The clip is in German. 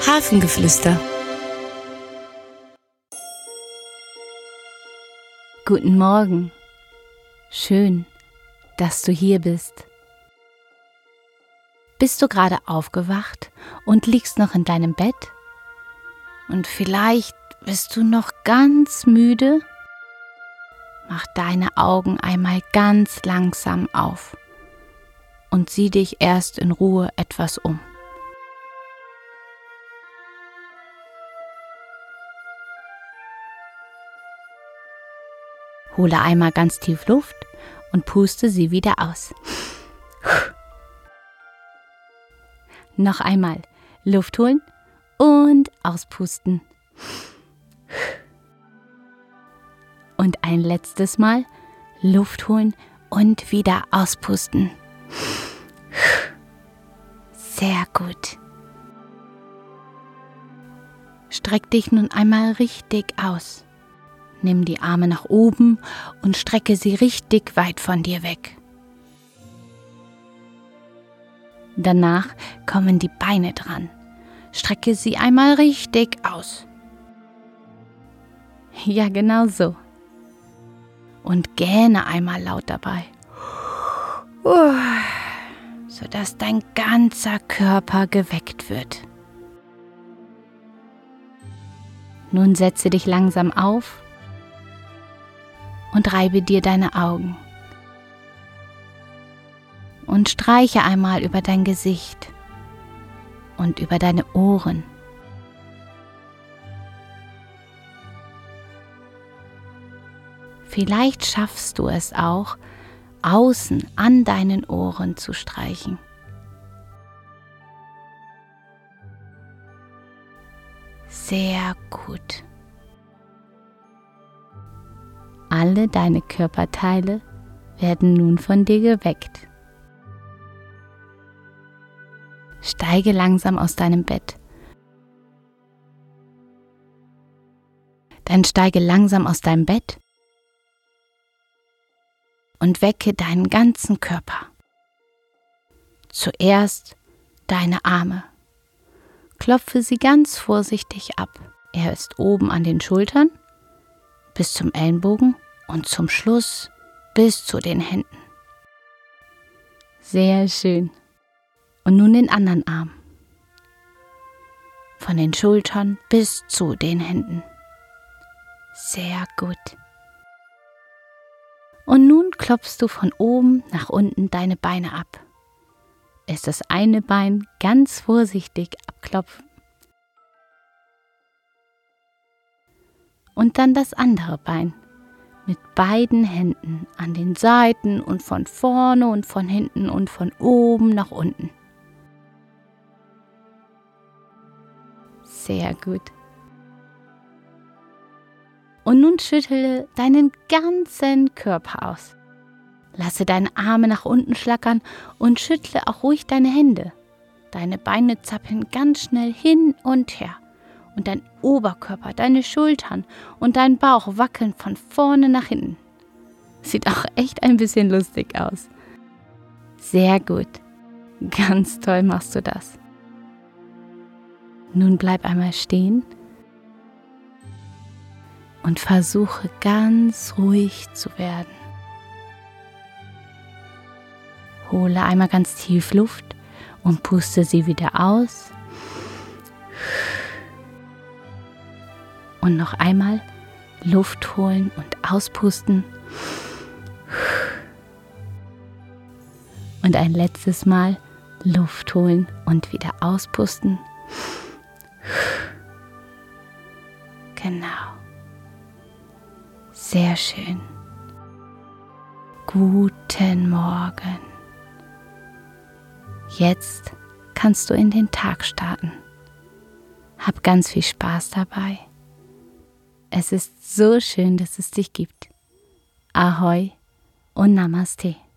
Hafengeflüster. Guten Morgen. Schön, dass du hier bist. Bist du gerade aufgewacht und liegst noch in deinem Bett? Und vielleicht bist du noch ganz müde? Mach deine Augen einmal ganz langsam auf und sieh dich erst in Ruhe etwas um. Hole einmal ganz tief Luft und puste sie wieder aus. Noch einmal Luft holen und auspusten. Und ein letztes Mal Luft holen und wieder auspusten. Sehr gut. Streck dich nun einmal richtig aus. Nimm die Arme nach oben und strecke sie richtig weit von dir weg. Danach kommen die Beine dran. Strecke sie einmal richtig aus. Ja, genau so. Und gähne einmal laut dabei, sodass dein ganzer Körper geweckt wird. Nun setze dich langsam auf und reibe dir deine Augen. Und streiche einmal über dein Gesicht und über deine Ohren. Vielleicht schaffst du es auch, außen an deinen Ohren zu streichen. Sehr gut. Alle deine Körperteile werden nun von dir geweckt. Steige langsam aus deinem Bett. Dann steige langsam aus deinem Bett und wecke deinen ganzen Körper. Zuerst deine Arme. Klopfe sie ganz vorsichtig ab. Er ist oben an den Schultern bis zum Ellenbogen und zum Schluss bis zu den Händen. Sehr schön. Und nun den anderen Arm. Von den Schultern bis zu den Händen. Sehr gut. Und nun klopfst du von oben nach unten deine Beine ab. Erst das eine Bein ganz vorsichtig abklopfen. Und dann das andere Bein mit beiden Händen an den Seiten und von vorne und von hinten und von oben nach unten. Sehr gut. Und nun schüttle deinen ganzen Körper aus. Lasse deine Arme nach unten schlackern und schüttle auch ruhig deine Hände. Deine Beine zappeln ganz schnell hin und her. Und dein Oberkörper, deine Schultern und dein Bauch wackeln von vorne nach hinten. Sieht auch echt ein bisschen lustig aus. Sehr gut. Ganz toll machst du das. Nun bleib einmal stehen und versuche ganz ruhig zu werden. Hole einmal ganz tief Luft und puste sie wieder aus. Und noch einmal Luft holen und auspusten. Und ein letztes Mal Luft holen und wieder auspusten. Genau. Sehr schön. Guten Morgen. Jetzt kannst du in den Tag starten. Hab ganz viel Spaß dabei. Es ist so schön, dass es dich gibt. Ahoi und Namaste.